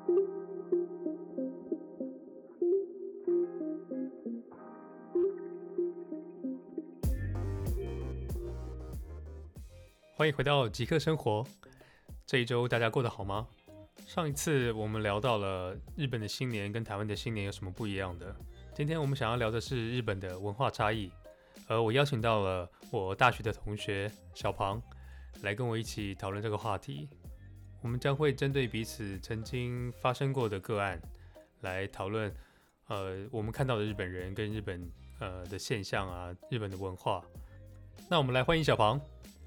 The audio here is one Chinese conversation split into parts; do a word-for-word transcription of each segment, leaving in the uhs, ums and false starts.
欢迎回到极客生活。这一周大家过得好吗？上一次我们聊到了日本的新年跟台湾的新年有什么不一样的，今天我们想要聊的是日本的文化差异，而我邀请到了我大学的同学小庞来跟我一起讨论这个话题。我们将会针对彼此曾经发生过的个案来讨论，呃，我们看到的日本人跟日本呃的现象啊，日本的文化。那我们来欢迎小庞。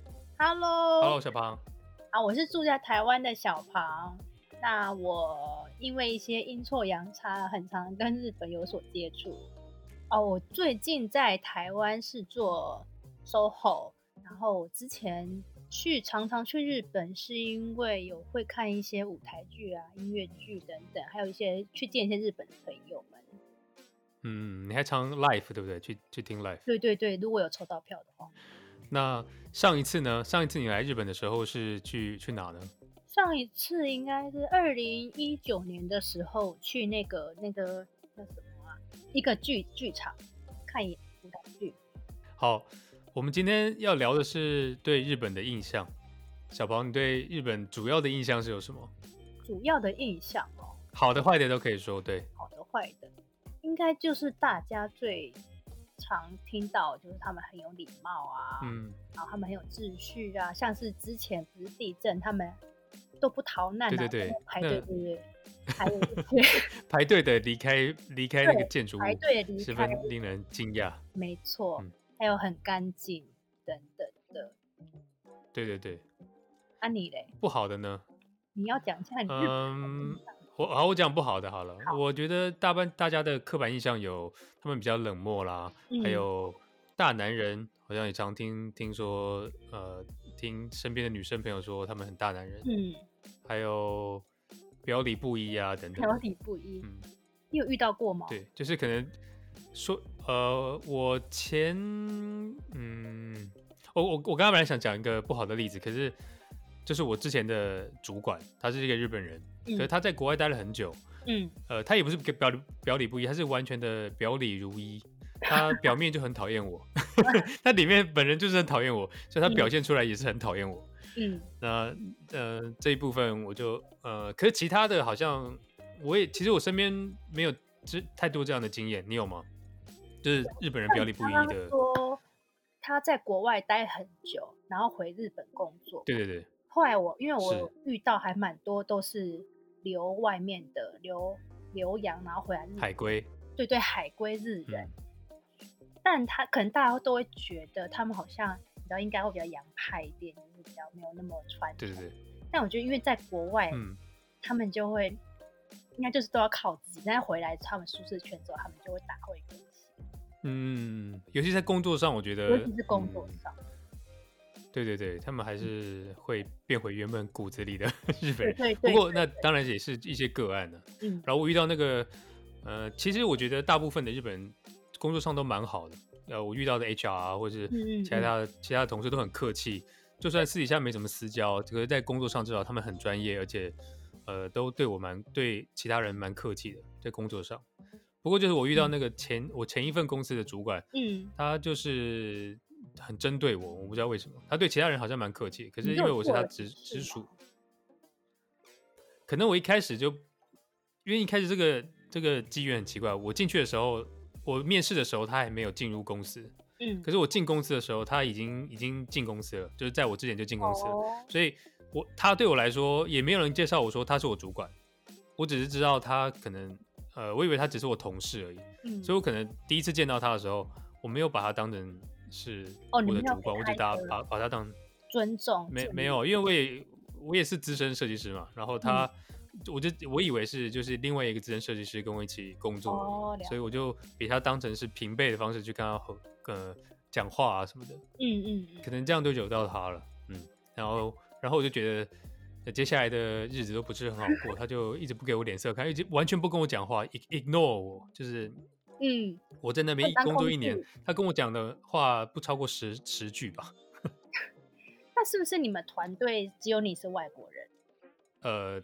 Hello， Hello， 小庞。 啊，我是住在台湾的小庞。那我因为一些阴错阳差，很常跟日本有所接触。哦，我最近在台湾是做 S O H O， 然后我之前去常常去日本，是因为有会看一些舞台剧啊、音乐剧等等，还有一些去见一些日本的朋友们。 嗯，你还常 live 对不对？去去听 live。 对对对，如果有抽到票的话。 那上一次呢？上一次你来日本的时候是去去哪呢？ 上一次应该是二零一九年的时候去那个那个那什么啊，一个剧剧场看舞台剧。 好，我们今天要聊的是对日本的印象。小庞，你对日本主要的印象是有什么？ 主要的印象哦， 好的、坏的都可以说。对， 好的、坏的，应该就是大家最常听到，就是他们很有礼貌啊，嗯，然后他们很有秩序啊，像是之前不是地震，他们都不逃难啊， 对对对， 排队，对不对？还有一些排队的离开离开那个建筑物， 排队离开十分令人惊讶。 没错，嗯，还有很干净等等的。 对对对。 啊，你嘞？不好的呢？ 你要讲一下你日本的印象。 嗯，我好，我讲不好的好了。好，我觉得大半大家的刻板印象有他们比较冷漠啦，嗯，还有大男人，好像也常听听说，呃，听身边的女生朋友说他们很大男人，嗯，还有表里不一啊等等。 表里不一，嗯，你有遇到过吗？ 对，就是可能说，呃，我前，嗯，我我我刚刚本来想讲一个不好的例子，可是。就是我之前的主管，他是一个日本人，嗯，可是他在国外待了很久，嗯，呃，他也不是表里表里不一，他是完全的表里如一，他表面就很讨厌我，他里面本人就是很讨厌我，所以他表现出来也是很讨厌我，嗯，那呃这一部分我就呃，可是其他的好像我也其实我身边没有太多这样的经验，你有吗？就是日本人表里不一的。 说他在国外待很久，然后回日本工作， 对对对。 后来我因为我遇到还蛮多都是留外面的留留洋，然后回来日本海归， 对对，海归日人，嗯，但他可能大家都会觉得他们好像你知道应该会比较洋派一点，就是比较没有那么传统。 对对对。 但我觉得因为在国外，嗯，他们就会应该就是都要靠自己，但是回来他们舒适圈之后，他们就会打回根基。 嗯，尤其在工作上，我觉得尤其是工作上。嗯， 对对对，他们还是会变回原本骨子里的日本人。 对对对， 不过那当然也是一些个案呢，啊。嗯，然后我遇到那个，呃，其实我觉得大部分的日本人工作上都蛮好的。呃，我遇到的 H R 啊，或者是其他的、嗯嗯、其他的同事都很客气，就算私底下没什么私交，可是在工作上至少他们很专业，而且呃都对我蛮对其他人蛮客气的，在工作上。不过就是我遇到那个前、嗯、我前一份公司的主管，嗯，他就是很针对我，我不知道为什么。他对其他人好像蛮客气，可是因为我是他直直属，可能我一开始就，因为一开始这个这个机缘很奇怪，我进去的时候，我面试的时候他还没有进入公司，嗯，可是我进公司的时候他已经已经进公司了，就是在我之前就进公司了，哦，所以我他对我来说也没有人介绍我说他是我主管，我只是知道他可能。呃，我以为他只是我同事而已，嗯，所以我可能第一次见到他的时候，我没有把他当成是我的主管，哦，我只把把把他当尊重， 没没有，因为我也我也是资深设计师嘛，然后他，嗯，我就我以为是就是另外一个资深设计师跟我一起工作，哦，所以我就比他当成是平辈的方式去跟他呃讲话啊什么的，嗯嗯，可能这样就惹到他了，嗯，然后然后我就觉得。接下来的日子都不是很好过，他就一直不给我脸色看，一直完全不跟我讲话 ，ignore 我，就是，嗯，我在那边工作一年，他跟我讲的话不超过十十句吧。 那是不是你们团队只有你是外国人？ 呃，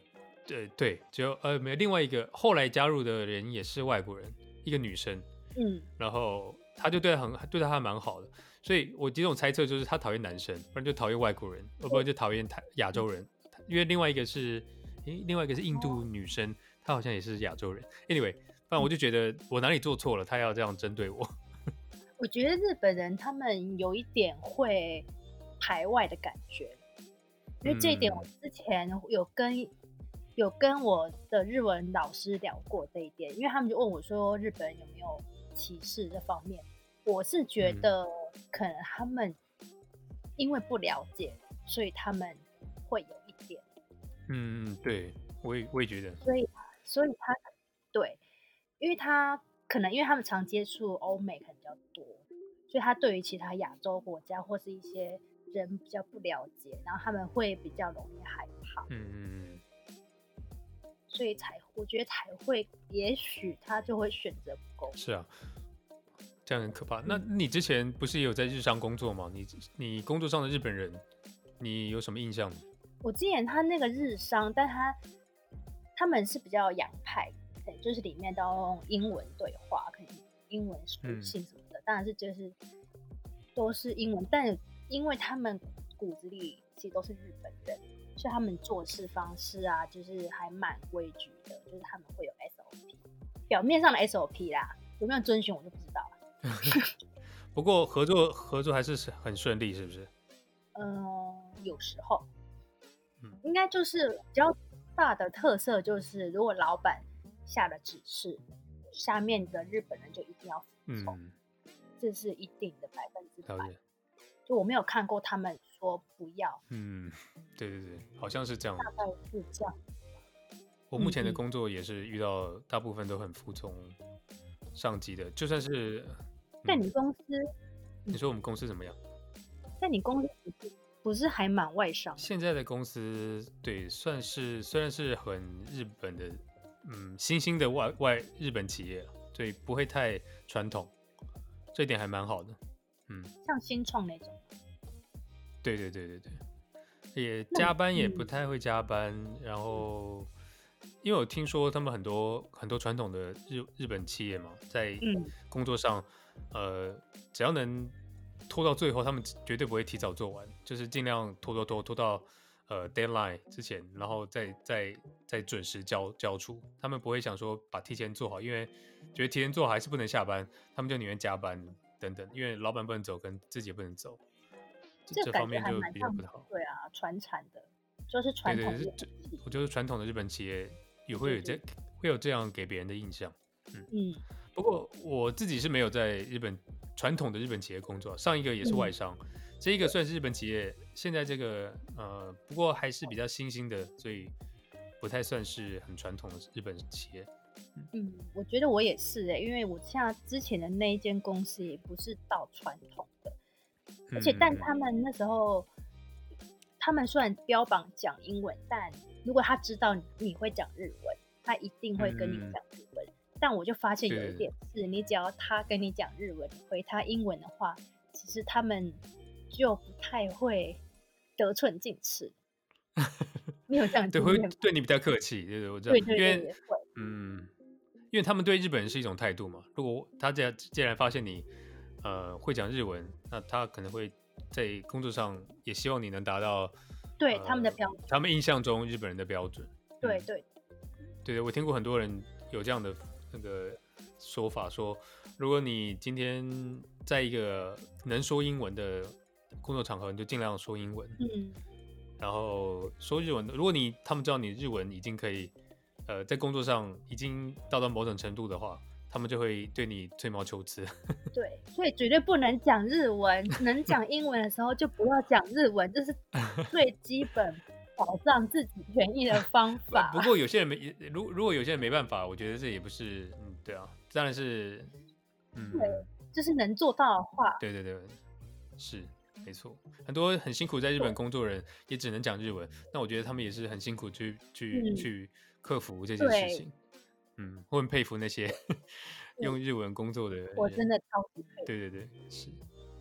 对对，只有呃没有另外一个后来加入的人也是外国人，一个女生， 嗯， 然后他就对他很对他还蛮好的，所以我几种猜测就是他讨厌男生，不然就讨厌外国人，要不然就讨厌台亚洲人，因为另外一个是诶另外一个是印度女生，她好像也是亚洲人。Anyway，反正我就觉得我哪里做错了，他要这样针对我。 我觉得日本人他们有一点会排外的感觉，因为这一点我之前有跟有跟我的日文老师聊过这一点，因为他们就问我说日本人有没有歧视这方面，我是觉得可能他们因为不了解，所以他们会有一点， 嗯，对，我也我也觉得， 所以所以他对，因为他可能因为他们常接触欧美可能比较多，所以他对于其他亚洲国家或是一些人比较不了解，然后他们会比较容易害怕， 嗯嗯所以才我觉得才会，也许他就会选择不沟嗯，是啊，这样很可怕。那嗯你之前不是也有在日商工作吗？你你工作上的日本人，你有什么印象吗？ 我之前他那个日商，但他他们是比较洋派，对，就是里面都用英文对话，可能英文属性什么的，当然是就是都是英文，但因为他们骨子里其实都是日本人，所以他们做事方式啊，就是还蛮规矩的，就是他们会有 S O P， 表面上的 S O P 啦，有没有遵循我就不知道了。 不过合作合作还是很顺利，是不是？ 嗯，有时候嗯应该就是比较大的特色，就是如果老板下了指示，下面的日本人就一定要服从， 嗯， 这是一定的百分之百。 了解。 就我没有看过他们说不要， 嗯，对对对，好像是这样。 大概是这样。 我目前的嗯嗯工作也是遇到大部分都很服从上级的，就算是在你公司， 你说我们公司怎么样？ 在你公司不是不是还蛮外商的？ 现在的公司对算是虽然是很日本的，嗯，新兴的外外日本企业，对，不会太传统，这一点还蛮好的。嗯， 像新创那种。 对对对对对，也那加班也嗯不太会加班，然后因为我听说他们很多很多传统的日日本企业嘛，在嗯工作上，呃，只要能拖到最后，他们绝对不会提早做完，就是尽量拖拖拖拖到呃 deadline 之前，然后再再再准时交交出。他们不会想说把提前做好，因为觉得提前做好还是不能下班，他们就宁愿加班等等，因为老板不能走，跟自己也不能走，这这这感觉方面就还蛮像， 比较不太好。 对啊，传产的，就是对对， 传统日是这本企我觉得传统的日本企业也会有这对对会有这样给别人的印象。嗯， 嗯不过我自己是没有在日本传统的日本企业工作，上一个也是外嗯， 商，这一个算是日本企业，现在这个呃，不过还是比较新兴的，所以不太算是很传统的日本企业。 嗯，我觉得我也是哎、因为我像之前的那一间公司也不是到传统的，而且但嗯他们那时候，他们虽然标榜讲英文，但如果他知道你会讲日文，他一定会跟你嗯讲日文。但我就发现对对对有一点是，你只要他跟你讲日文，你回他英文的话，其实他们就不太会得寸进尺。你有这样的对，会经验吗？ 对你比较客气，对对，我知道， 对对对， 因为也会。 嗯，因为他们对日本人是一种态度嘛。如果他既然既然发现你呃会讲日文，那他可能会在工作上也希望你能达到对他们的呃标准， 他们印象中日本人的标准。嗯， 对对， 对对，我听过很多人有这样的那个说法，说如果你今天在一个能说英文的工作场合，你就尽量说英文。 嗯， 然后说日文的，如果你他们知道你日文已经可以，呃，在工作上已经到达某种程度的话，他们就会对你吹毛求疵。 对，所以绝对不能讲日文，能讲英文的时候就不要讲日文，这是最基本保障自己权益的方法。 不过有些人没，如如果有些人没办法，我觉得这也不是，嗯，对啊，当然是，嗯， 对，就是能做到的话， 对对对，是没错，很多很辛苦在日本工作的人也只能讲日文，那我觉得他们也是很辛苦去去、 嗯去克服这件事对情。嗯，我很佩服那些用日文工作的人。 我真的超级佩服。 对对对，是。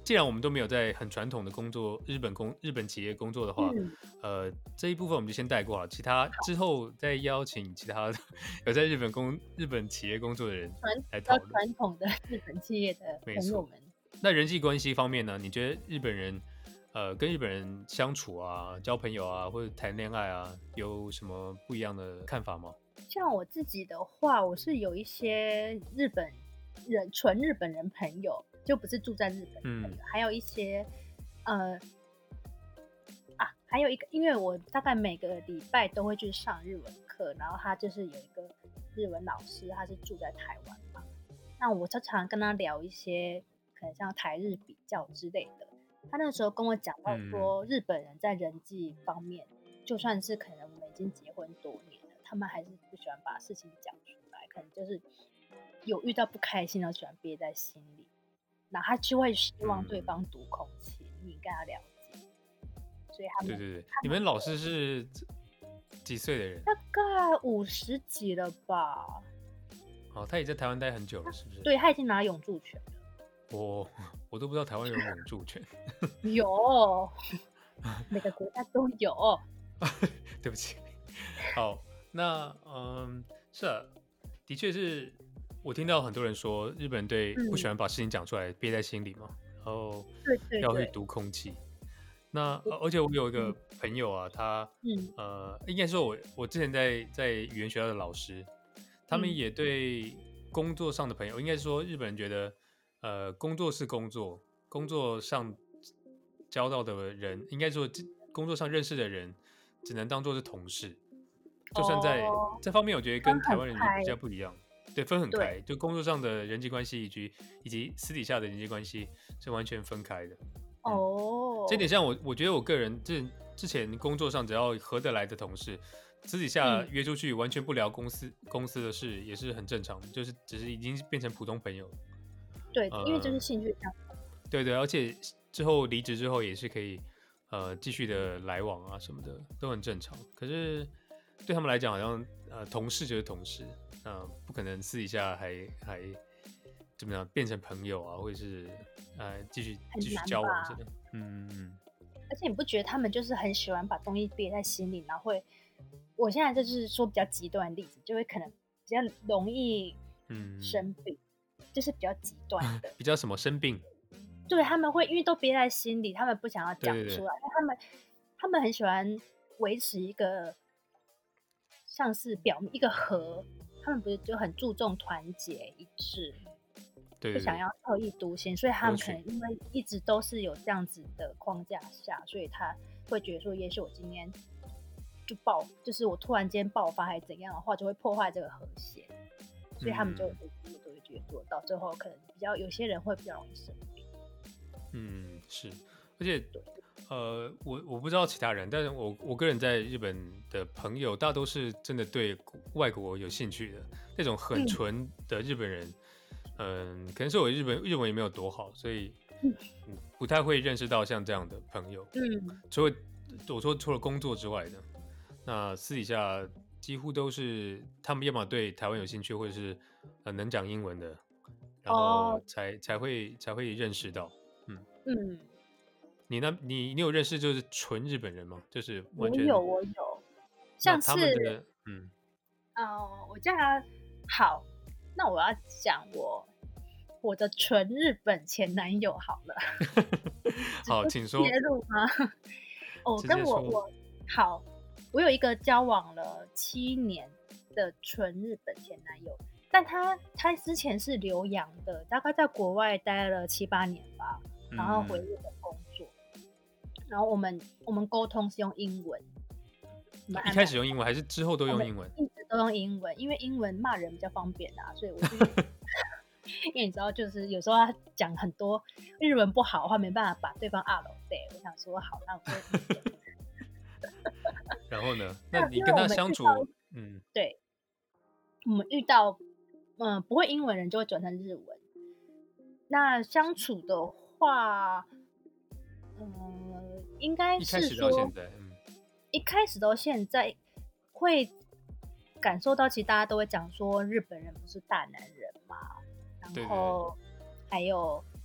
既然我们都没有在很传统的工作日本工日本企业工作的话， 嗯， 呃，这一部分我们就先带过好，其他之后再邀请其他的有在日本工日本企业工作的人传比较来讨论。 传统的日本企业的没错。 朋友们。 那人际关系方面呢？你觉得日本人呃跟日本人相处啊、交朋友啊，或者谈恋爱啊，有什么不一样的看法吗？ 像我自己的话，我是有一些日本人纯日本人朋友，就不是住在日本的朋友， 嗯还有一些呃啊，还有一个，因为我大概每个礼拜都会去上日文课，然后他就是有一个日文老师，他是住在台湾嘛，那我就常跟他聊一些可能像台日比较之类的。他那时候跟我讲到嗯说，日本人在人际方面，就算是可能我们已经结婚多年了，他们还是不喜欢把事情讲出来，可能就是有遇到不开心的，喜欢憋在心里，那他就会希望对嗯， 方读空气，你跟他了解，所以他们对对对，你们老师是几岁的人？ 大概五十几了吧？ 哦，他也在台湾待很久了，是不是？ 对，他已经拿永住权了。 我我都不知道台湾有永住权。 有，每个国家都有。 对不起。好，那嗯，是啊，的确是我听到很多人说，日本人对不喜嗯， 欢把事情讲出来，憋在心里嘛，然后对对要去对， 读空气。那我呃而且我有一嗯个朋友啊，他嗯呃，应该说我我之前在在语言学校的老师，他们嗯， 也对工作上的朋友，应该说日本人觉得，呃，工作是工作，工作上交到的人，应该说这工作上认识的人，只能当做是同事。就算在哦， 这方面，我觉得分跟台湾人也比很开， 较不一样，对，分很对， 开，就工作上的人际关系以及以及私底下的人际关系是完全分开的。嗯，这点哦， 上我我觉得我个人之之前工作上只要合得来的同事，私底下嗯， 约出去完全不聊公司公司的事，也是很正常的，就是只是已经变成普通朋友。 对，因为就是呃， 兴趣相对对，而且之后离职之后也是可以呃继续的来往啊什么的，都很正常。可是对他们来讲，好像呃同事就是同事，呃不可能私底下还还怎么样变成朋友啊，或者是呃继续继续很难吧？ 交往之类的。嗯嗯而且你不觉得他们就是很喜欢把东西憋在心里，然后会，我现在就是说比较极端的例子，就会可能比较容易嗯嗯， 生病，就是比较极端的。 比较什么生病？ 对，他们会因为都憋在心里，他们不想要对对对， 讲出来，但他们他们很喜欢维持一个像是表面一个核，他们不是就很注重团结一致，不想对对对， 要特立独行，所以他们可合群。 能因为一直都是有这样子的框架下，所以他会觉得说，也许我今天就爆，就是我突然间爆发还是怎样的话，就会破坏这个和谐，所以他们就嗯一直都会觉得做到最后，可能比较有些人会比较容易生病。 嗯，是，而且呃，我我不知道其他人，但是我我个人在日本的朋友，大都是真的对外国有兴趣的那种很嗯纯的日本人。嗯，可能是我日本日文也没有多好，所以嗯嗯不太会认识到像这样的朋友。 嗯， 除了我说除了工作之外的，那私底下几乎都是他们要么对台湾有兴趣，或者是呃能讲英文的，然后哦， 才才会才会认识到。嗯。 嗯， 你那，你你有认识就是纯日本人吗？就是完全， 我有我有， 那像是他们的，嗯， 呃，我叫他好，那我要讲我我的纯日本前男友好了，直好， 接请说， 揭露吗？哦， 直跟接说， 我我好，我有一个交往了七年的纯日本前男友，但他他之前是留洋的，大概在国外待了七八年吧，然后回嗯， 日本工作，然后我们我们沟通是用英文，我们一还蛮开始用英文还是之后都我们用英文？ 一直都用英文，因为英文骂人比较方便啊，所以我就因为你知道，就是有时候他讲很多日文不好的话，没办法把对方二楼对，我想说好，那我就英文。 然后呢？那那你跟因为我们他相处， 遇到， 嗯， 对，我们遇到，嗯、不会英文人就会转成日文。那相处的话，嗯、应该一开是说始到现在，嗯， 一开始到现在会感受到，其实大家都会讲说日本人不是大男人嘛，然对对对， 后还有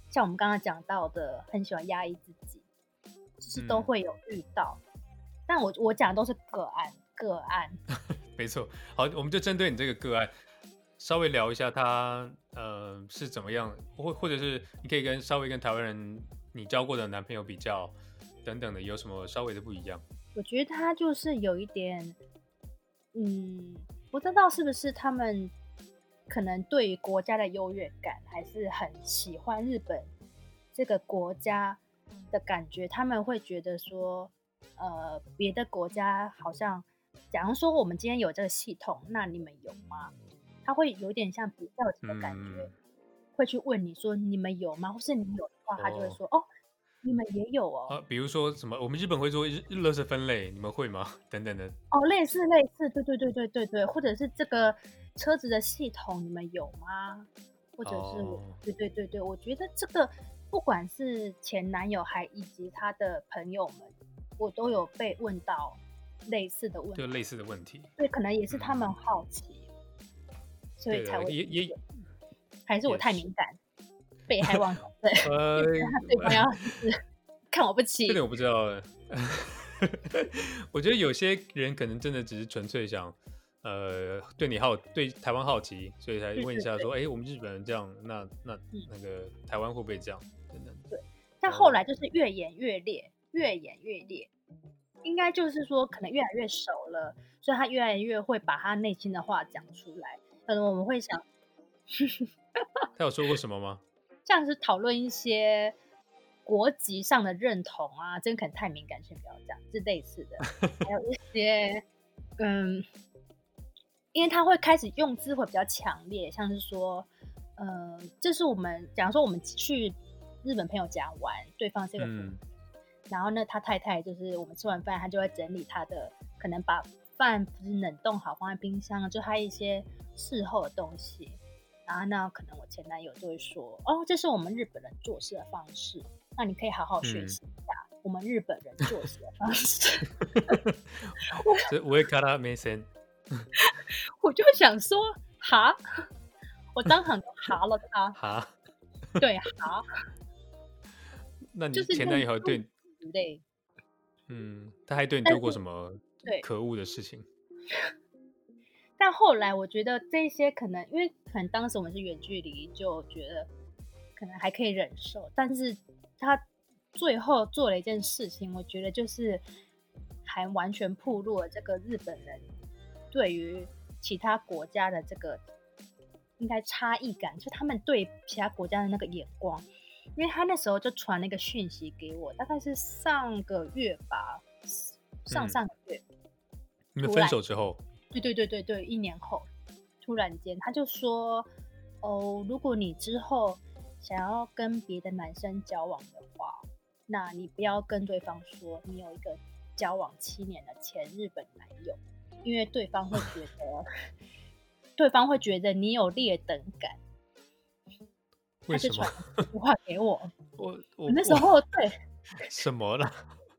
像我们刚刚讲到的，很喜欢压抑自己，就是都会有遇到。嗯、但我我讲的都是个案，个案。 没错，好，我们就针对你这个个案，稍微聊一下他呃是怎么样，或或者是你可以跟稍微跟台湾人你交过的男朋友比较等等的，有什么稍微的不一样？ 我觉得他就是有一点，嗯，不知道是不是他们可能对于国家的优越感，还是很喜欢日本这个国家的感觉。他们会觉得说，呃，别的国家好像，假如说我们今天有这个系统，那你们有吗？他会有点像比较级的感觉，嗯、会去问你说你们有吗？或是你有的话，他就会说哦。哦你们也有哦， 啊，比如说什么，我们日本会做日垃圾分类，你们会吗？等等的。 哦，类似类似，对对对对对对，或者是这个车子的系统你们有吗？或者是我，哦、对对对对，我觉得这个不管是前男友还以及他的朋友们，我都有被问到类似的问题， 就类似的问题， 对，可能也是他们好奇，嗯、所以才会也也还是我太敏感。被害妄想症，呃，对方要看我不起， 这点我不知道。我觉得有些人可能真的只是纯粹想，呃，对你好，对台湾好奇，所以才问一下说，哎、欸，我们日本人这样，那那、嗯、那个台湾会不会这样？等等。 对，但后来就是越演越烈，越演越烈，应该就是说可能越来越熟了，所以他越来越会把他内心的话讲出来。可能我们会想， 他有说过什么吗？ 像是讨论一些国籍上的认同啊，这个可能太敏感，先不要讲，是类似的。还有一些，嗯，因为他会开始用字会比较强烈，像是说，呃，这是我们，假如说我们去日本朋友家玩，对方是一个，嗯、然后呢，他太太就是我们吃完饭，他就会整理他的，可能把饭不是冷冻好放在冰箱，就他一些事后的东西。然后呢，可能我前男友就会说：“哦，这是我们日本人做事的方式，那你可以好好学习一下、嗯、我们日本人做事的方式。” 这上から目線， 我就想说，哈，我当场就哈了他， 哈， 对哈。 那你前男友还对你， 对， 嗯，他还对你做过什么可恶的事情？ 但后来我觉得这些可能，因为可能当时我们是远距离，就觉得可能还可以忍受。但是他最后做了一件事情，我觉得就是还完全暴露了这个日本人对于其他国家的这个应该差异感，就他们对其他国家的那个眼光。因为他那时候就传了一个讯息给我，大概是上个月吧，上上个月， 嗯、你们分手之后。 对对对对对，一年后，突然间他就说：“哦，如果你之后想要跟别的男生交往的话，那你不要跟对方说你有一个交往七年的前日本男友，因为对方会觉得，对方会觉得你有劣等感。” 为什么？ 他就传这句话给我， 我我那时候对什么了？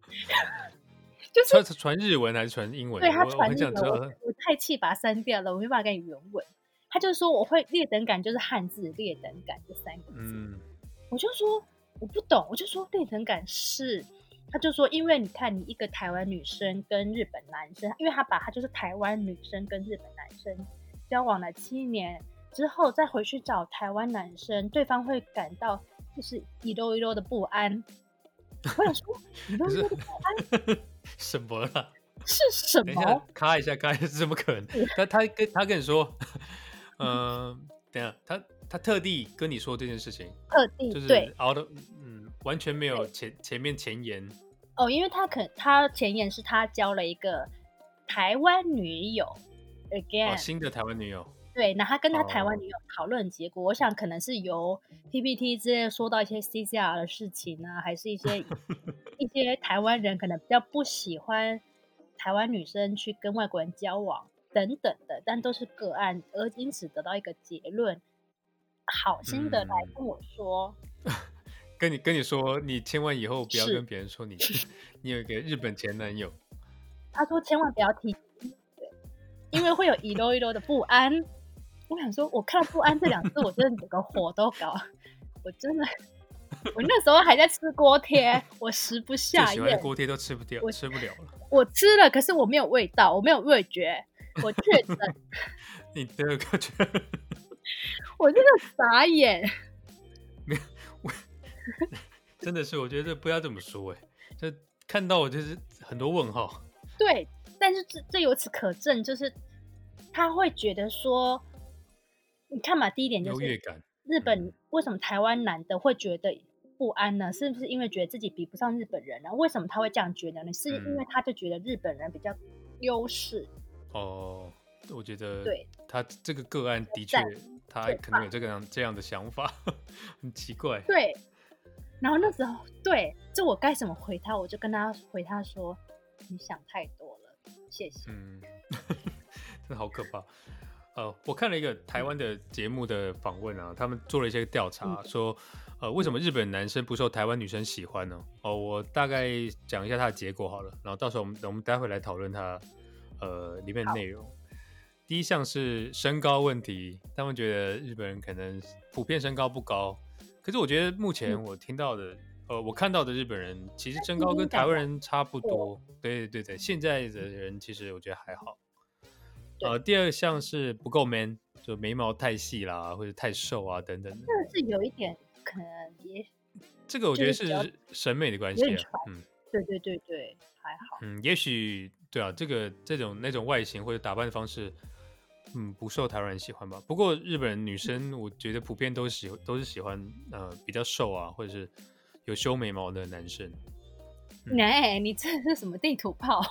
就是传传日文还是传英文？ 对他传日文，我, 我, 我太气把它删掉了，我没办法跟你原文。他就说我会劣等感，就是汉字劣等感这三个字。嗯，我就说我不懂，我就说劣等感是，他就说因为你看你一个台湾女生跟日本男生，因为他把他就是台湾女生跟日本男生交往了七年之后，再回去找台湾男生，对方会感到就是一溜一溜的不安。我想说一溜一溜的不安。 什么啦？ 是什么？ 等一下，卡一下，卡一下，怎么可能？他他跟他跟你说，嗯、呃，等一下，他他特地跟你说这件事情， 特地就是对， 熬的，嗯，完全没有前前面前言。 哦，因为他可他前言是他交了一个台湾女友 ，again，、 哦、新的台湾女友。 对，那他跟他台湾女友讨论结果，哦、我想可能是由 P P T 之类说到一些 C C R 的事情啊，还是一些一些台湾人可能比较不喜欢台湾女生去跟外国人交往等等的，但都是个案，而因此得到一个结论，好心的来跟我说， 嗯、跟你跟你说，你千万以后不要跟别人说你你有一个日本前男友。 他说千万不要提，对，因为会有一溜一溜的不安。我想说，我看到不安这两字，我真的整个火都搞，我真的我那时候还在吃锅贴，我食不最下喜欢的咽。 锅贴都吃不掉， 我吃不了了。 我吃了，可是我没有味道，我没有味觉，我确诊， 你的感觉我真的傻眼。 没有，我真的是，我觉得不要这么说哎，就看到我就是很多问号。 对，但是这这由此可证，就是他会觉得说，你看嘛，第一点就是优越感， 日本为什么台湾男的会觉得不安呢？是不是因为觉得自己比不上日本人呢？为什么他会这样觉得呢？是因为嗯， 他就觉得日本人比较优势， 哦，我觉得对， 他这个个案的确在， 他最可能有这个样这样的想法，很奇怪。 对。然后那时候，对，就我该怎么回他，我就跟他回他说：“你想太多了，谢谢。 嗯，真的好可怕。呃，我看了一个台湾的节目的访问啊，他们做了一些调查， 嗯说，呃，为什么日本男生不受台湾女生喜欢呢？哦，我大概讲一下它的结果好了，然后到时候我们我们待会来讨论它，呃，里面的内容。第一项是身高问题，他们觉得日本人可能普遍身高不高，可是我觉得目前嗯我听到的，呃，我看到的日本人其实身已高跟台湾经改良人差不过， 多。对对对，现在的人其实我觉得还好。 对， 呃，第二项是不够 man，就眉毛太细啦，或者太瘦啊等等的。 这个是有一点可能也这个我觉得就是比较是审美的关系啊。 有点传， 嗯对对对对，还好。 嗯，也许对啊，这个这种那种外形或者打扮的方式，嗯，不受台湾人喜欢吧。不过日本人女生，我觉得普遍都喜都是喜欢呃比较瘦啊，或者是有修眉毛的男生。嗯哎、你这是什么地图炮？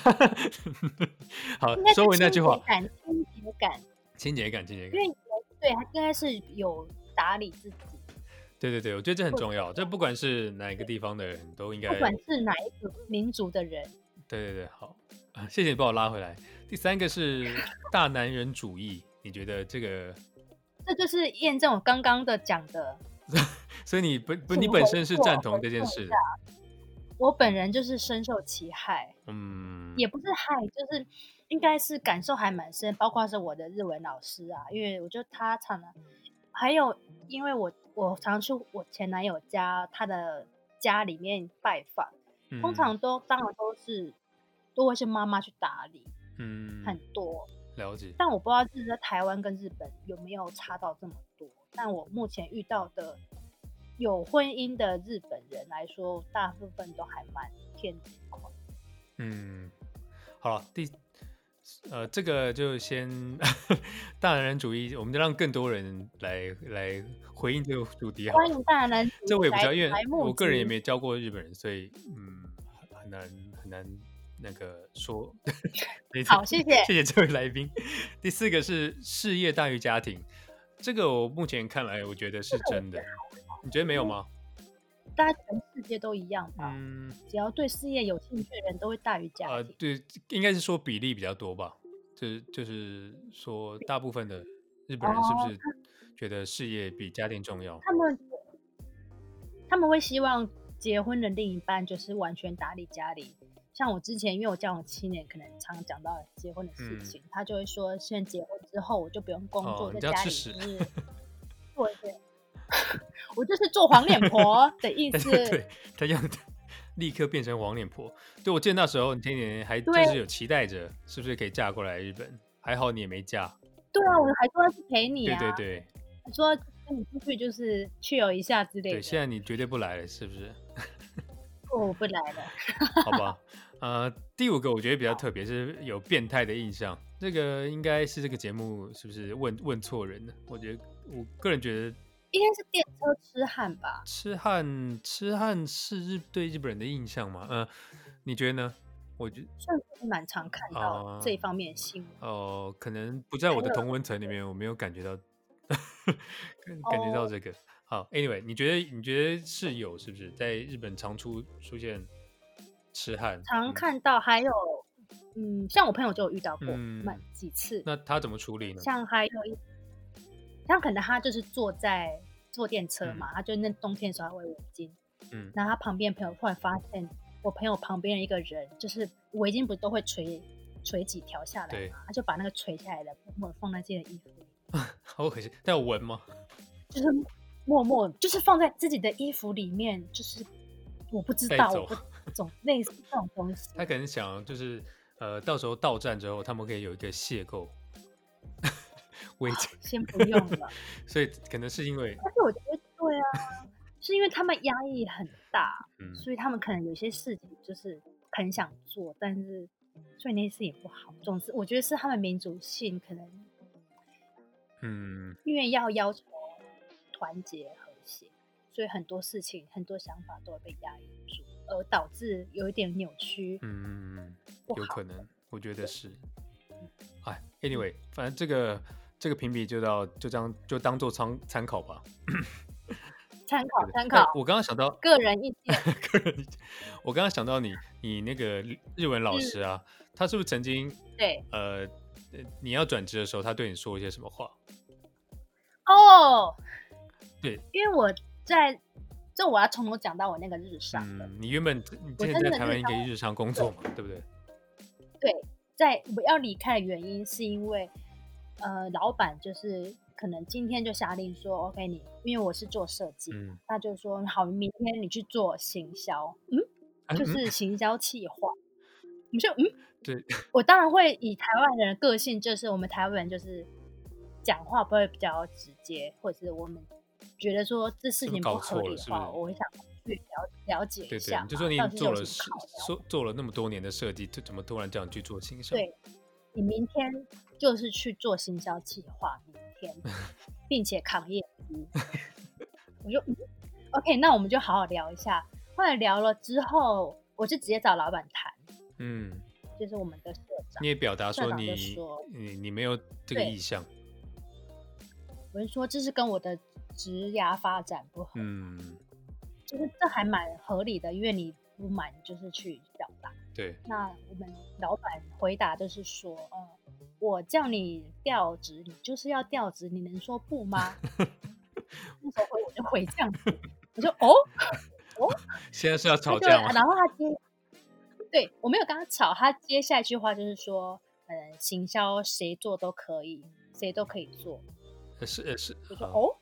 好应该，是收回那句话， 清洁感，清洁感， 清洁感，清洁感。 因为对他应该是有打理自己， 对对对，我觉得这很或重要。这不管是哪一个地方的人都应该， 不管是哪一个民族的人， 对对对，好啊，谢谢你把我拉回来。第三个是大男人主义，你觉得这个？ 这就是验证我刚刚的讲的。 所以你本不请你本身是回赞同回这件事的？ 我本人就是深受其害， 嗯， 也不是害，就是应该是感受还蛮深，包括是我的日文老师啊，因为我觉得他常常，还有因为我我常去我前男友家，他的家里面拜访，通嗯常都当然都是都会是妈妈去打理， 嗯， 很多， 了解。 但我不知道就是在台湾跟日本有没有差到这么多，但我目前遇到的有婚姻的日本人来说，大部分都还蛮偏这一块。 嗯，好了，第呃这个就先大男人主义，我们就让更多人来来回应这个主题好了。 欢迎大男主来这我也不知道，因为来募我个人也集没教过日本人，所以嗯很很难很难那个说。没错好，谢谢。 谢谢这位来宾。第四个是事业大于家庭，这个我目前看来我觉得是真的，你觉得没有吗？ 大家全世界都一样吧？ 嗯， 只要对事业有兴趣的人都会大于家呃， 庭。 对，应该是说比例比较多吧，就是就是说大部分的日本人是不哦， 是觉得事业比家庭重要？ 他们他们会希望结婚的另一半就是完全打理家里。像我之前，因为我交往七年，可能常讲到结婚的事嗯， 情，他就会说，现在结婚之后我就不用工作， 哦，你在家里就要吃屎。 就是做一些，我就是做黄脸婆的意思。 对，他要立刻变成黄脸婆。对，我记得那时候你前几年还就对是有期待着，是不是可以嫁过来日本？还好你也没嫁。 对啊，我还说要去陪你对啊， 对对说跟你出去就是去游一下之类对， 的。 现在你绝对不来了，是不是？ 哦我不来了。 好吧，呃，第五个我觉得比较特别，是有变态的印象。这个应该是这个节目是不是问问错人了？我觉得我个人觉得应该是电车痴汉吧？ 痴汉痴汉是日对日本人的印象吗？呃，你觉得呢？我觉算是蛮常看到啊这一方面的新闻。 哦、可能不在我的同温层里面，我没有感觉到感感觉到哦， 这个。好，anyway，你觉得你觉得是有是不是在日本常出出现痴汉？嗯常看到，还有嗯，像我朋友就有遇到过嗯， 蛮几次， 那他怎么处理呢？ 像还有一，像可能他就是坐在坐电车嗯嘛，他就那冬天的时候他围围巾， 嗯， 然后他旁边朋友突然发现我朋友旁边的一个人，就是围巾不是都会垂垂几条下来对， 嘛，他就把那个垂下来的默默地放在自己的衣服里， 好可惜。但有闻吗？ 就是默默就是放在自己的衣服里面，就是我不知道，我不懂类似这种东西。 他可能想就是呃，到时候到站之后，他们可以有一个邂逅。 哦、先不用了。 所以可能是因为， 但是我觉得对啊，是因为他们压力很大， 嗯， 所以他们可能有些事情就是很想做，但是所以那些事情不好。总之，我觉得是他们民族性可能， 嗯， 因为要要求团结和谐，所以很多事情、很多想法都会被压抑住，而导致有一点扭曲。 嗯，有可能，我觉得是。哎 ，anyway， 反正这个这个评比就到就这样就当做参参考吧。 参考参考。 我刚刚想到个人意见， 个人意见。我刚刚想到你你那个日文老师啊，嗯、他是不是曾经对呃你要转职的时候，他对你说一些什么话？ 哦， 对， 因为我在这我要从头讲到我那个日商的。 嗯，你原本你之前在台湾应该日商工作嘛，对不对？ 对，在我要离开的原因是因为，呃，老板就是可能今天就下令说 ，OK， 你因为我是做设计，嗯，他就说好，明天你去做行销，嗯，就是行销企划。你说嗯， 对， 我当然会以台湾人的个性，就是我们台湾人就是讲话不会比较直接，或者是我们觉得说这事情不合理的话，我会想去了了解一下。 对对，就说你做了做做了那么多年的设计，就怎么突然这样去做行销？ 对，你明天就是去做行销企划，明天，并且扛业绩。我就嗯 OK， 那我们就好好聊一下。后来聊了之后，我就直接找老板谈。嗯，就是我们的社长， 你也表达说你你你没有这个意向。 我就说这是跟我的职涯发展不合。嗯，就是这还蛮合理的，因为你不满就是去表达。 对。 那我们老板回答就是说，呃，我叫你调职，你就是要调职，你能说不吗？那时候回我就回这样子，我说哦哦， 现在是要吵架吗？ 然后他接，对我没有跟他吵，他接下一句话就是说，嗯，行销谁做都可以，谁都可以做。 是是， 我说哦，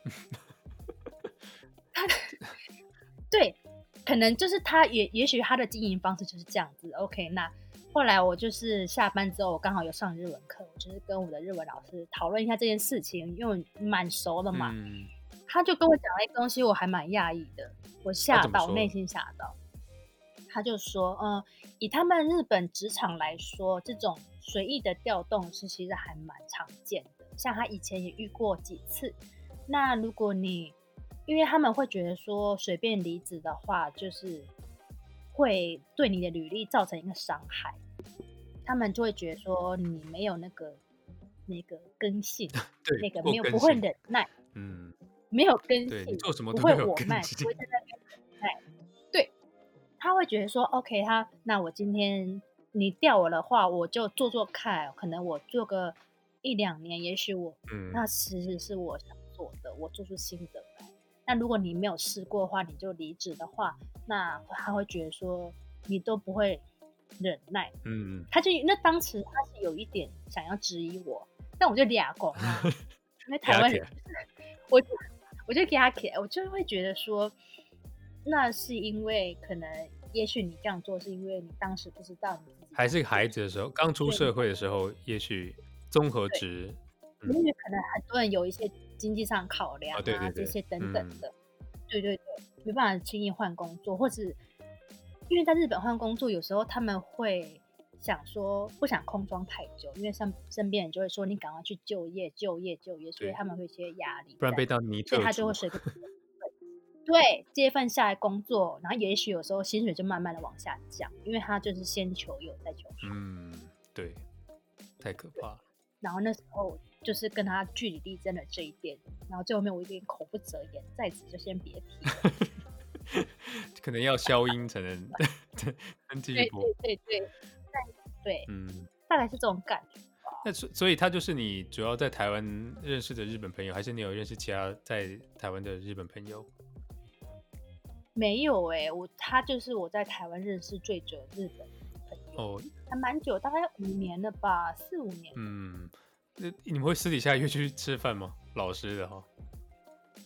他对，可能就是他也也许他的经营方式就是这样子。OK， 那后来我就是下班之后，我刚好有上日文课，我就是跟我的日文老师讨论一下这件事情，因为我蛮熟的嘛。嗯，他就跟我讲了一个东西，我还蛮讶异的，我吓到，内心吓到。他就说，嗯，以他们日本职场来说，这种随意的调动是其实还蛮常见的。像他以前也遇过几次。那如果你，因为他们会觉得说，随便离职的话，就是会对你的履历造成一个伤害。他们就会觉得说，你没有那个那个根性， 对， 那个没有不会忍耐，嗯，没有根性， 你做什么不会我慢，不会在那边忍耐。对，他会觉得说 ，OK， 他那我今天你调我的话，我就做做看，可能我做个一两年，也许我，嗯，那其实是我想做的，我做出心得来。那如果你没有试过的话，你就离职的话，那他会觉得说你都不会忍耐，嗯，他就那当时他是有一点想要质疑我，但我就俩拱啊，因为台湾人，我我就给他给，我就会觉得说，那是因为可能，也许你这样做是因为你当时不知道你自己还是孩子的时候，刚出社会的时候，也许综合值， 因为可能很多人有一些经济上考量啊， 哦、对对对这些等等的，嗯、对对对，没办法轻易换工作，或是因为在日本换工作，有时候他们会想说不想空窗太久，因为身身边人就会说你赶快去就业、就业、就业，所以他们会有一些压力， 不然被当尼特族， 所以他就会随便对接份下来工作，然后也许有时候薪水就慢慢的往下降，因为他就是先求有再求好。 嗯，对，太可怕了。 然后那时候就是跟他据理力争了这一点，然后最后面我有点口不择言，在此就先别提。 可能要消音才能能继续播。 对对对对，对，嗯，大概是这种感觉。 那所以他就是你主要在台湾认识的日本朋友，还是你有认识其他在台湾的日本朋友？ 没有哎、欸，我他就是我在台湾认识最久的日本朋友，哦，还蛮久，大概五年了吧，四五年。 嗯，那你们会私底下约去吃饭吗？老师的哈？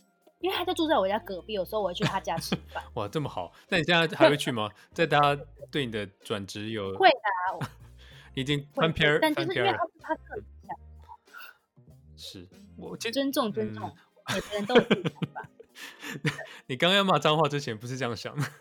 因为他就住在我家隔壁，有时候我会去他家吃饭。 哇，这么好，那你现在还会去吗？在他对你的转职有会的、啊， 你已经会翻篇儿， 但就翻篇儿了。 是因为他是他个人想是我其实尊重尊重， 嗯每个人都有自己想法。 你刚刚要骂脏话之前不是这样想的。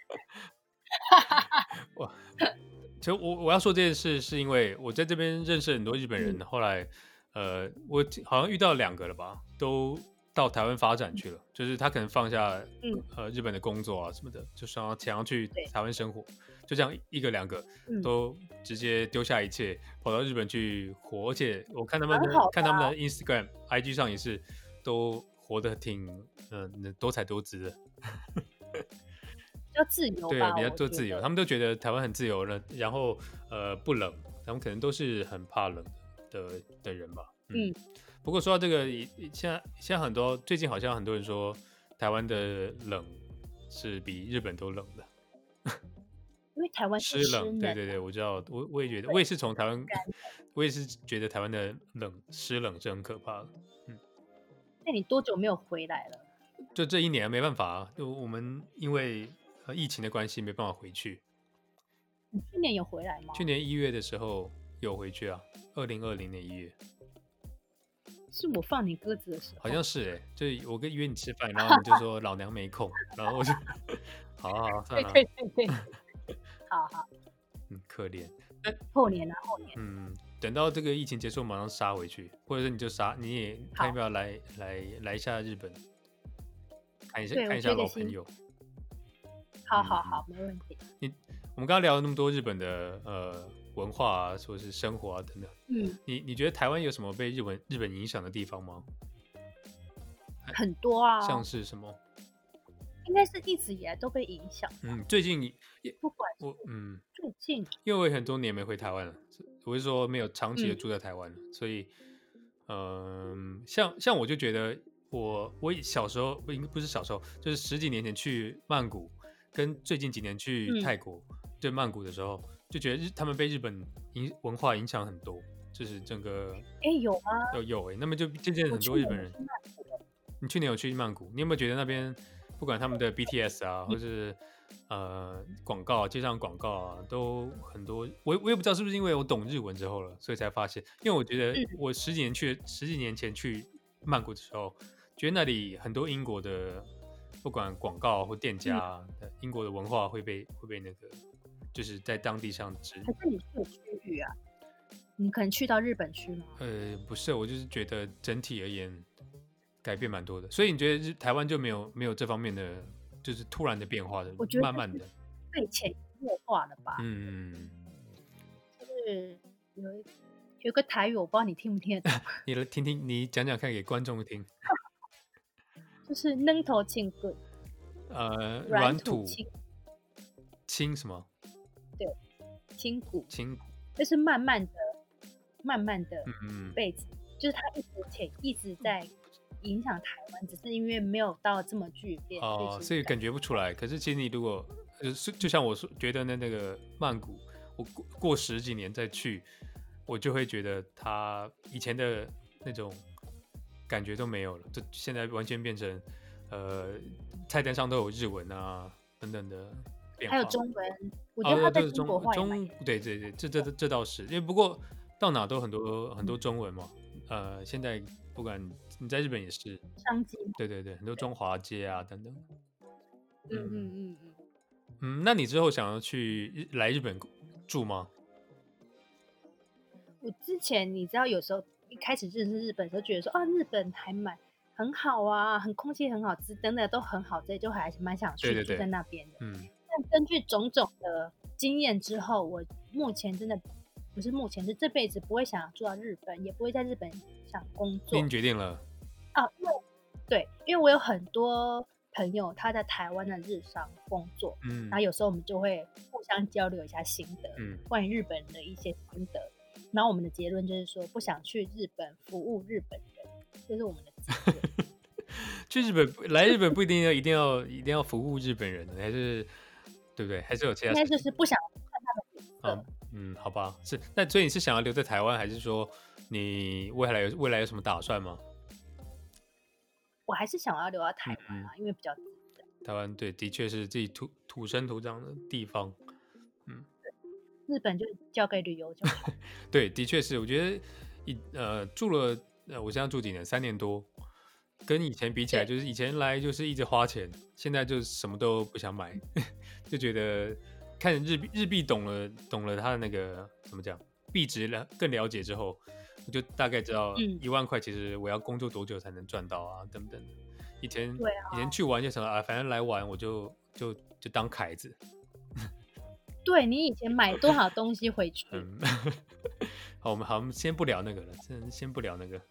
哇，其实我我要说这件事，是因为我在这边认识很多日本人， 嗯后来呃，我好像遇到两个了吧，都到台湾发展去了，就是他可能放下嗯呃日本的工作啊什么的，就想要想要去对台湾生活，就这样一个两个嗯， 都直接丢下一切跑到日本去活，而且我看他们的蛮好的看他们的 Instagram、I G 上也是都活得挺嗯、呃多彩多姿的。 比较自由对， 吧， 比较我觉做自由， 得他们都觉得台湾很自由了，然后呃不冷，他们可能都是很怕冷的的人吧。嗯， 嗯不过说到这个，也现在现在很多最近好像很多人说台湾的冷是比日本都冷的， 因为台湾是湿冷。 湿冷， 对对对，我知道，我我也觉得，我也是从台湾干， 我也是觉得台湾的冷湿冷是很可怕的。 那你多久没有回来了？ 就这一年没办法啊，就我们因为呃疫情的关系没办法回去。 你去年有回来吗？ 去年一月的时候有回去啊，二零二零年一月， 是我放你鸽子的时候， 好像是哎、欸，就我跟约你吃饭，然后你就说老娘没空，然后我就好啊好啊算了啊， 对对对对，好好， 嗯，可怜。 后年啊后年， 嗯，等到这个疫情结束，马上杀回去，或者是你就杀，你也看要不要来来来一下日本，看一下对看一下我追个星老朋友。嗯好好好，没问题。 我们刚刚聊了那么多日本的呃文化啊，或是生活啊等等， 嗯， 你你觉得台湾有什么被日本日本影响的地方吗？ 很多啊， 像是什么？ 应该是一直以来都被影响。 嗯，最近也不管我嗯， 最近， 因为我也很多年没回台湾了，我是说没有长期的嗯住在台湾了，所以嗯，像像我就觉得我我小时候不应该不是小时候，就是十几年前去曼谷，跟最近几年去嗯泰国，对曼谷的时候，就觉得日他们被日本影文化影响很多，就是整个哎，有吗？ 有有哎、那么就渐渐我很去年有多日本人去曼谷， 你去年有去曼谷，你有没有觉得那边不管他们的 B T S 啊，或是呃广告、街上广告啊，都很多。我我也不知道是不是因为我懂日文之后了，所以才发现。因为我觉得嗯我十几年去十几年前去曼谷的时候，觉得那里很多英国的不管广告或店家啊、英国的文化会被会被那个就是在当地上植还是你去的区域啊？你可能去到日本去吗？ 呃，不是，我就是觉得整体而言改变蛮多的，所以你觉得日台湾就没有没有这方面的，就是突然的变化的， 我觉得慢慢的， 被潜移默化了吧？ 嗯， 就是有一有一个台语，我不知道你听不听得懂， 你来听听，你讲讲看给观众听， 就是扔头轻棍， 呃， 软软土土轻轻什么轻骨， 轻， 就是慢慢的、慢慢的嗯嗯， 被，就是它一直潜一直在影响台湾，只是因为没有到这么剧烈哦，所以感觉不出来。可是其实你如果就是就像我说，觉得那那个曼谷，我过过十几年再去，我就会觉得它以前的那种感觉都没有了，就现在完全变成呃菜单上都有日文啊等等的变化。 还有中文，我觉哦， 得它在对， 中国化也蛮中对对对，这这这倒是，因为不过到哪都很多很多中文嘛。呃，现在不管你在日本也是， 商机。 对对对，很多中华街啊等等。 嗯嗯嗯嗯， 嗯，那你之后想要去日来日本住吗？ 我之前你知道，有时候一开始认识日本的时候，觉得说啊，日本还蛮很好啊，很空气很好，吃等等都很好，这就还蛮想去对对对住在那边的。 嗯， 但根据种种的经验之后，我目前真的不是目前，是这辈子不会想住到日本，也不会在日本想工作已经决定了。 啊。因为对，因为我有很多朋友他在台湾的日商工作， 嗯然后有时候我们就会互相交流一下心得， 嗯， 关于日本的一些心得。然后我们的结论就是说，不想去日本服务日本人，这是我们的结论。 去日本来日本不一定要一定要一定要服务日本人，还是对不对？还是有其他应该事情就是不想看他的脸色。 啊嗯，好吧，是那所以你是想要留在台湾，还是说你未来有未来有什么打算吗？ 我还是想要留在台嗯嗯， 湾啊，因为比较自在。 台湾对，的确是自己土土生土长的地方。嗯， 日本就交给旅游就好。 对，的确是，我觉得一呃住了呃，我现在住几年，三年多，跟以前比起来， 对， 就是以前来就是一直花钱，现在就什么都不想买，就觉得看日币日币懂了懂了它的那个怎么讲币值了更了解之后，我就大概知道嗯， 一万块其实我要工作多久才能赚到啊，等等的。以前对啊， 以前去玩就想啊，反正来玩我就就就当凯子。 对你以前买多少东西回去？ 嗯，好，我们好，我们先不聊那个了，先先不聊那个。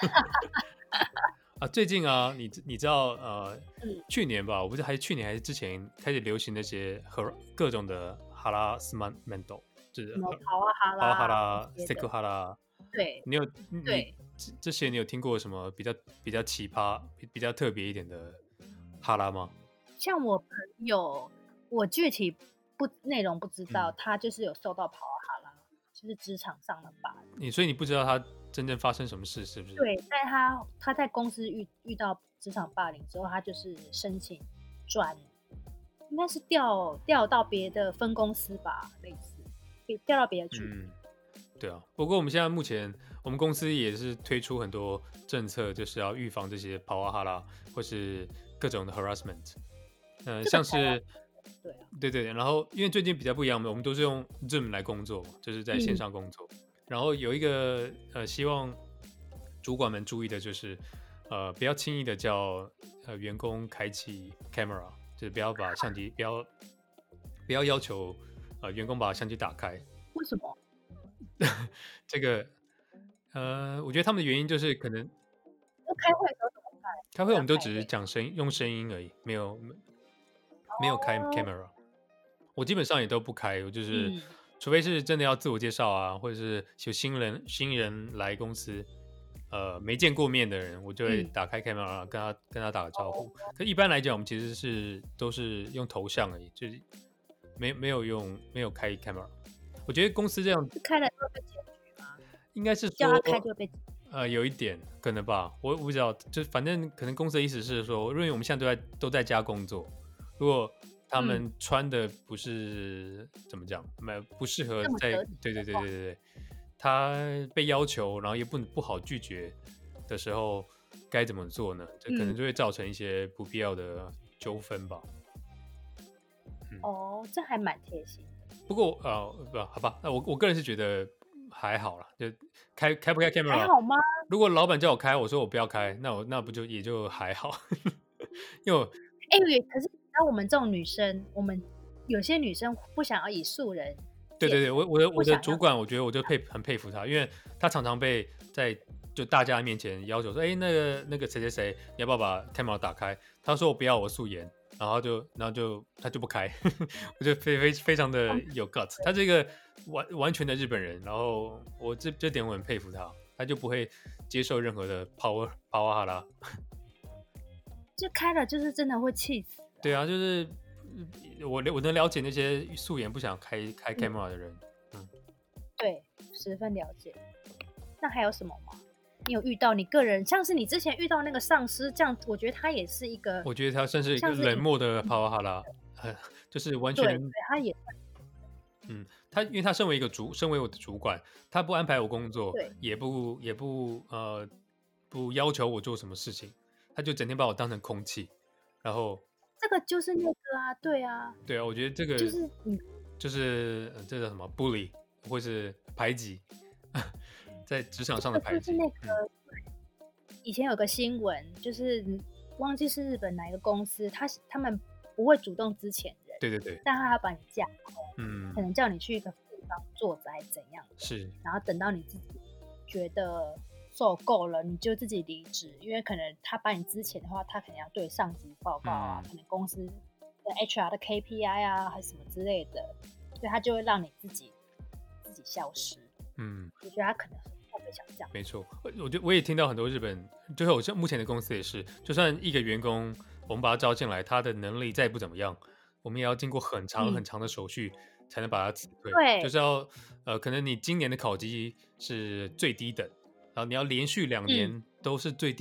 啊，最近啊，你知你知道呃， 嗯， 去年吧，我不是还是去年还是之前开始流行那些和各种的哈拉斯曼 mento，就是什么和跑啊哈哈拉哈拉啊拉、 这些 s e k 的， 哈拉， 对你有你对。 这这些你有听过什么比较比较奇葩、比比较特别一点的哈拉吗？ 像我朋友，我具体不内容不知道， 嗯， 他就是有受到跑啊哈拉，就是职场上的霸凌。 你所以你不知道他真正发生什么事是不是？ 对，但他他在公司遇遇到职场霸凌之后，他就是申请转，应该是调调到别的分公司吧，类似，别调到别的处。 嗯，对啊。不过我们现在目前我们公司也是推出很多政策，就是要预防这些跑啊哈拉或是各种的 harassment。呃， 这个像台湾是对啊， 对对，然后因为最近比较不一样嘛，我们都是用 Zoom 来工作嘛，就是在线嗯， 上工作。然后有一个呃，希望主管们注意的就是，呃，不要轻易的叫呃员工开启 camera，就是不要把相机不要不要要求呃员工把相机打开。 为什么？ 这个呃，我觉得他们的原因就是可能那开会的时候怎么办？ 开会我们都只是要开会。 讲声音用声音而已，没有没有开哦， camera。我基本上也都不开，我就是嗯除非是真的要自我介绍啊，或者是有新人新人来公司，呃，没见过面的人，我就会嗯， 打开 camera 跟他跟他打个招哦， 呼。可一般来讲，我们其实是都是用头像而已，就是没没有用没有开 camera。我觉得公司这样是开了会被检举吗？ 应该是叫他说， 开就会被检举。 呃，有一点可能吧，我我不知道，就反正可能公司的意思是说，因为我们现在都在都在家工作，如果他嗯， 们穿的不是怎么讲，没不适合在， 这么得体对对的话， 对对对对，他被要求，然后也不不好拒绝的时候，该怎么做呢？这可能嗯， 就会造成一些不必要的纠纷吧。嗯， 哦，这还蛮贴心的。 不过呃，不好吧，那我我个人是觉得还好啦，就开开不开 camera， 还好吗？ 如果老板叫我开，我说我不要开，那我那不就也就还好，因为我哎、欸可是你知道我们这种女生，我们有些女生不想要以素人对对对， 见人， 我我的不想要。 我的主管，我觉得我就佩很佩服他，因为他常常被在就大家面前要求说，哎，那个那个谁谁谁，你要不要把 camera 打开？他说我不要，我素颜，然后就然后就他就不开，我觉得非非非常的有 guts，他这个完完全的日本人，然后我这这点我很佩服他，他就不会接受任何的 power power 哈拉。 就开了，就是真的会气死。 对啊，就是嗯我我能了解那些素颜不想开开 camera 的人。嗯， 对，十分了解。那还有什么吗？你有遇到你个人，像是你之前遇到那个上司这样，我觉得他也是一个， 我觉得他算是一个冷像是以漠的帕瓦哈拉，呃，就是完全对对，他也嗯，他因为他身为一个主，身为我的主管，他不安排我工作， 对， 也不也不呃不要求我做什么事情，他就整天把我当成空气，然后这个就是那个啊，对啊， 对啊，我觉得这个就是你就是、呃这叫什么 bully 或是排挤，在职场上的这个排挤。 就是那个嗯， 以前有个新闻，就是忘记是日本哪一个公司，他他们不会主动资遣人， 对对对， 但他还要把你架空， 嗯， 可能叫你去一个地方坐着还是怎样的， 是， 然后等到你自己觉得受够了，你就自己离职，因为可能他把你资遣的话，他可能要对上级报告啊， 嗯可能公司的 H R 的 K P I 啊，还是什么之类的，所以他就会让你自己自己消失。 嗯。 我觉得他可能会不会想这样？ 没错，我我觉得我也听到很多日本，就是我目前的公司也是，就算一个员工我们把他招进来，他的能力再不怎么样，我们也要经过很长很嗯， 长的手续才能把他辞退。就对， 是要呃，可能你今年的考绩是最低等，然后你要连续两嗯， 年都是最低等，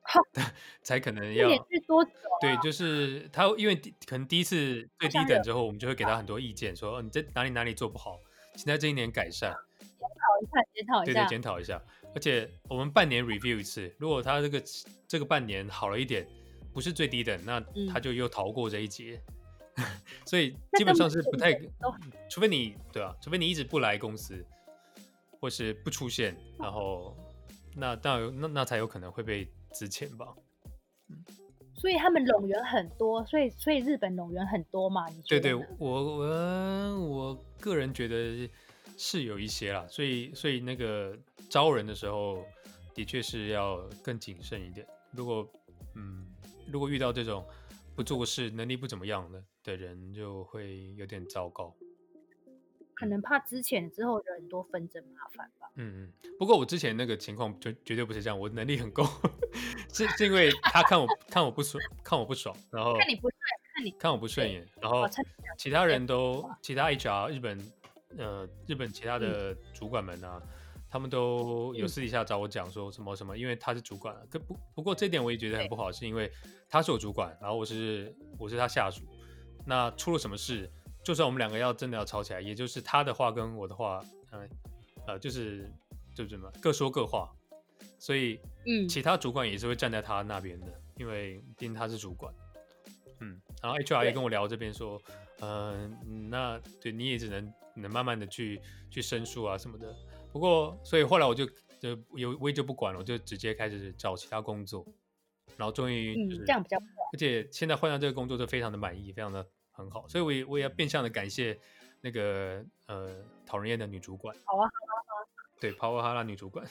才可能这要连续多久对， 啊？ 就是他因为第可能第一次最好想惹低等之后，我们就会给他很多意见，说、哦、你在哪里哪里做不好，请在这一年改善。 检讨一下，检讨一对对， 下。 检讨一下。而且我们半年 review 一次，如果他这个这个半年好了一点，不是最低等，那他嗯， 就又逃过这一劫。所以那基本根本就一上是不太， 点都除非你对啊，除非你一直不来公司，或是不出现，然后那那有那那才有可能会被资遣吧。 所以他们冗员很多，所以所以日本冗员很多嘛？你对对， 觉得呢？ 我我我个人觉得是有一些啦，所以所以那个招人的时候，的确是要更谨慎一点。如果嗯，如果遇到这种不做事、能力不怎么样的的人，就会有点糟糕。 可能怕之前之后惹很多纷争麻烦吧。 嗯嗯，不过我之前那个情况绝绝对不是这样，我能力很够，是是因为他看我看我不爽，看我不爽，然后看你不顺，看你看我不顺对， 眼，然哦， 后差点讲其他人对都其他 H R 日本呃日本其他嗯的主管们啊，他们都有嗯， 私底下找我讲说什么什么，因为他是主管啊，可不不过这点我也觉得很对， 不好，是因为他是我主管，然后我是我是他下属，那出了什么事，就算我们两个要真的要吵起来，也就是他的话跟我的话，呃呃就是就什么各说各话，所以嗯， 其他主管也是会站在他那边的，因为毕竟他是主管。嗯，然后 H R 也对， 跟我聊这边说，呃，嗯那对你也只能能慢慢的去去申诉啊什么的。不过，所以后来我就就有我也就不管了，我就直接开始找其他工作，然后终于就嗯，这是， 样比较快。 而且现在换到这个工作就非常的满意，非常的很好，所以我也我也要变相的感谢那个呃讨人厌的女主管， 好啊， 对，帕瓦哈拉女主管，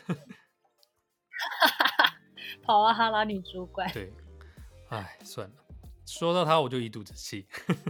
跑啊哈拉女主管。 对，哎，算了，说到她我就一肚子气。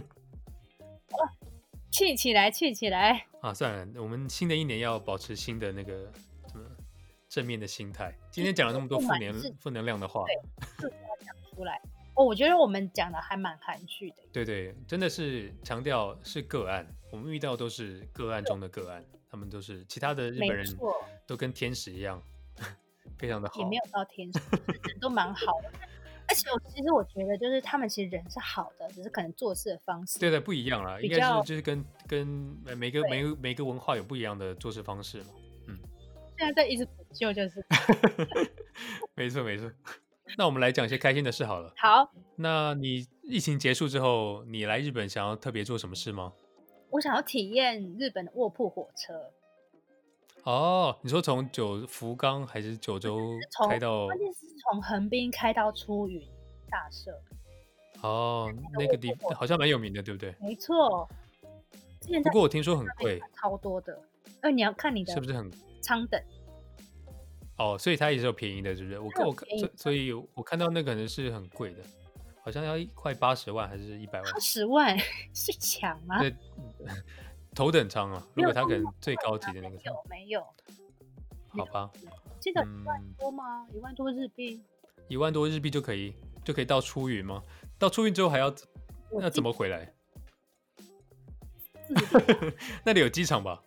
气起来，气起来！ 啊，算了，我们新的一年要保持新的那个什么正面的心态。今就是天讲了那么多负能不满是， 负能量的话， 对，就是要讲出来。哦，我觉得我们讲的还蛮含蓄的。 对对，真的是强调是个案，我们遇到都是个案中的个案，他们都是其他的日没本人错， 都跟天使一样，非常的好。 也没有到天使，人都蛮好的。而且我其实我觉得，就是他们其实人是好的，只是可能做事的方式对的，不一样啦，应该是比较就是跟跟每个每对。 个每个文化有不一样的做事方式嘛。嗯， 现在在一直补救，就是没错没错。那我们来讲一些开心的事好了。 好。 那你疫情结束之后，你来日本想要特别做什么事吗？ 我想要体验日本的卧铺火车， 哦，你说从九福冈还是九州从开到？ 关键是从横滨开到出云大社， 哦， 那那个地个卧铺火车， 好像蛮有名的，对不对？ 没错。之前在不过我听说很贵， 上面看超多的，呃，你要看你的是不是很？ 舱等， 哦，所以它也是有便宜的，是不是？我它有我看， 便宜的， 所所以我看到那个可能是很贵的，好像要一快八十万还是一百万？ 二十万是抢吗？ 对，头等舱啊，如没有果它可能到那么贵最高级啊， 的那个舱， 没有没有，没有好吧， 记得一万嗯， 多吗？一万多日币， 一万多日币就可以就可以到出云吗？到出云之后还要要我记怎么回来？ 自己那里有机场吧？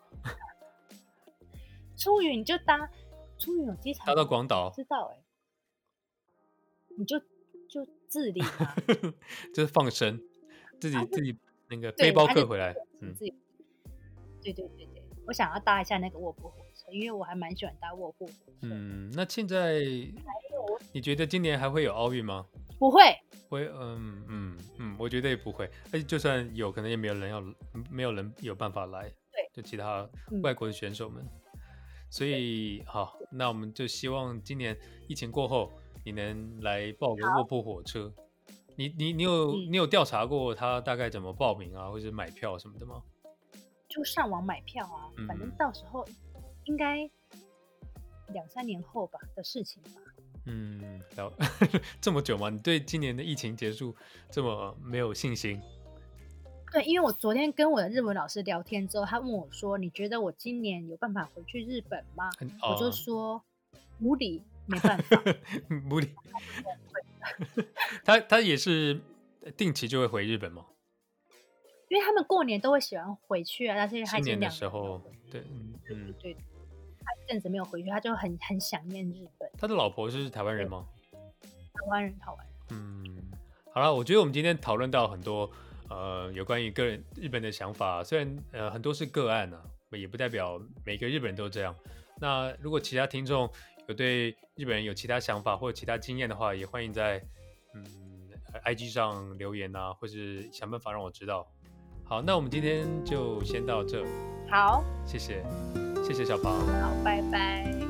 出云你就搭出云有机场搭到吗？ 广岛不，知道哎、你就就自理嘛， 就是放生，自己啊， 自己那个对， 背包他就客回来，嗯自自己，对对对对，我想要搭一下那个卧铺火车，因为我还蛮喜欢搭卧铺火车。 嗯。那现在你觉得今年还会有奥运吗？ 不会， 会，嗯嗯嗯，我觉得也不会，而且就算有可能也没有人要，没有人有办法来， 对， 就其他嗯， 外国的选手们。所对， 以好，那我们就希望今年疫情过后，你能来报个卧铺火车。你你你有嗯， 你有调查过他大概怎么报名啊，或者买票什么的吗？ 就上网买票啊，反正嗯到时候应该两三年后吧的事情吧。 嗯，了这么久吗？你对今年的疫情结束这么没有信心？ 对，因为我昨天跟我的日文老师聊天之后，他问我说：“你觉得我今年有办法回去日本吗？” 很我就哦， 说：“无理，没办法。 不理他他也是定期就会回日本吗？ 因为他们过年都会喜欢回去啊，但是因为他已新年的经两年没有时候， 回去， 对，嗯对嗯， 对对，他一阵子没有回去，他就很很想念日本。 他的老婆是台湾人对， 吗？ 湾人，台湾人。 嗯，好了，我觉得我们今天讨论到很多呃有关于个人日本的想法，虽然呃很多是个案啊，也不代表每个日本人都这样。那如果其他听众有对日本人有其他想法或者其他经验的话，也欢迎在嗯 I G 上留言啊，或是想办法让我知道。好，那我们今天就先到这。 好， 谢谢，谢谢小庞。 好，拜拜。